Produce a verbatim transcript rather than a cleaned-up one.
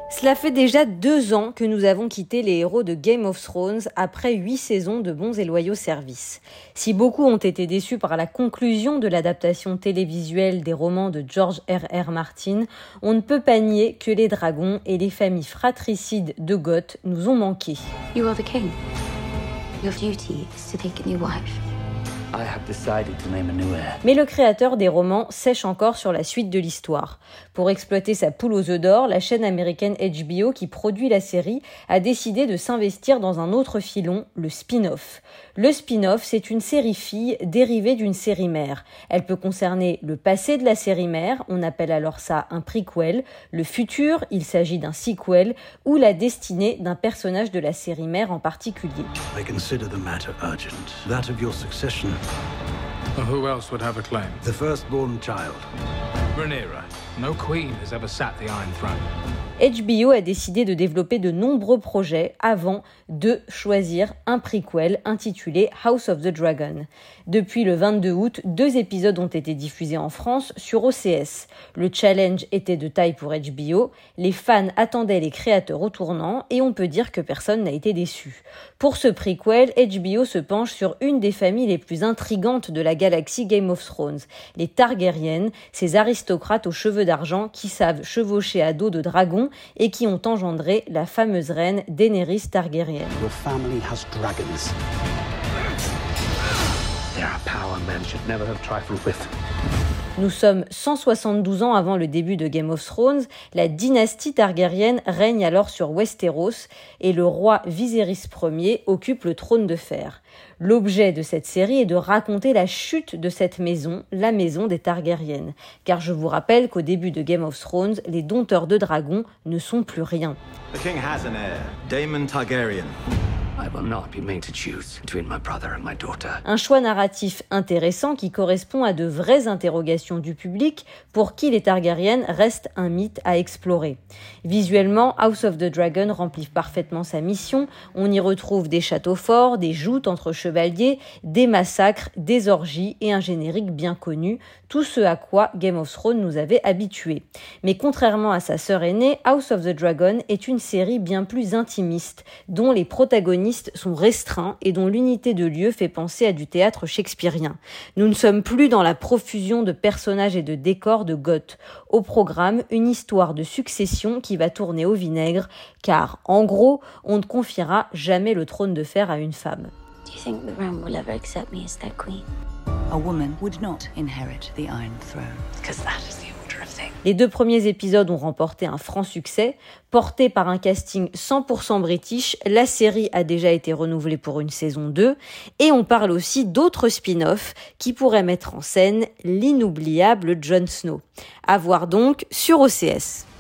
Cela fait déjà deux ans que nous avons quitté les héros de Game of Thrones après huit saisons de bons et loyaux services. Si beaucoup ont été déçus par la conclusion de l'adaptation télévisuelle des romans de George R R Martin, on ne peut pas nier que les dragons et les familles fratricides de Goth nous ont manqué. You are the king. Your duty is to take a new wife. I have decided to name a new heir. Mais le créateur des romans sèche encore sur la suite de l'histoire. Pour exploiter sa poule aux œufs d'or, la chaîne américaine H B O qui produit la série a décidé de s'investir dans un autre filon, le spin-off. Le spin-off, c'est une série fille dérivée d'une série mère. Elle peut concerner le passé de la série mère, on appelle alors ça un prequel, le futur, il s'agit d'un sequel, ou la destinée d'un personnage de la série mère en particulier. I consider the matter urgent, that of your succession. Who else would have a claim? The firstborn child. Rhaenyra. No queen has ever sat the Iron Throne. H B O a décidé de développer de nombreux projets avant de choisir un prequel intitulé House of the Dragon. Depuis le vingt-deux août, deux épisodes ont été diffusés en France sur O C S. Le challenge était de taille pour H B O, les fans attendaient les créateurs au tournant et on peut dire que personne n'a été déçu. Pour ce prequel, H B O se penche sur une des familles les plus intrigantes de la galaxie Game of Thrones, les Targaryen, ces aristocrates aux cheveux d'argent qui savent chevaucher à dos de dragons et qui ont engendré la fameuse reine Daenerys Targaryen. Your family has dragons. They are a power men should never have trifled with. Nous sommes cent soixante-douze ans avant le début de Game of Thrones, la dynastie Targaryen règne alors sur Westeros et le roi Viserys Ier occupe le trône de fer. L'objet de cette série est de raconter la chute de cette maison, la maison des Targaryen. Car je vous rappelle qu'au début de Game of Thrones, les dompteurs de dragons ne sont plus rien. The king has an heir, Daemon Targaryen. I will not be made to choose between my brother and my daughter. Un choix narratif intéressant qui correspond à de vraies interrogations du public pour qui les Targaryen restent un mythe à explorer. Visuellement, House of the Dragon remplit parfaitement sa mission. On y retrouve des châteaux forts, des joutes entre chevaliers, des massacres, des orgies et un générique bien connu, tout ce à quoi Game of Thrones nous avait habitués. Mais contrairement à sa sœur aînée, House of the Dragon est une série bien plus intimiste, dont les protagonistes sont restreints et dont l'unité de lieu fait penser à du théâtre shakespearien. Nous ne sommes plus dans la profusion de personnages et de décors de Goth. Au programme, une histoire de succession qui va tourner au vinaigre, car, en gros, on ne confiera jamais le trône de fer à une femme. Do you think the realm will ever accept me as their queen? A woman would not inherit the Iron Throne. Because that is the order of things. Les deux premiers épisodes ont remporté un franc succès. Portée par un casting cent pour cent british, la série a déjà été renouvelée pour une saison deux. Et on parle aussi d'autres spin-offs qui pourraient mettre en scène l'inoubliable Jon Snow. À voir donc sur O C S.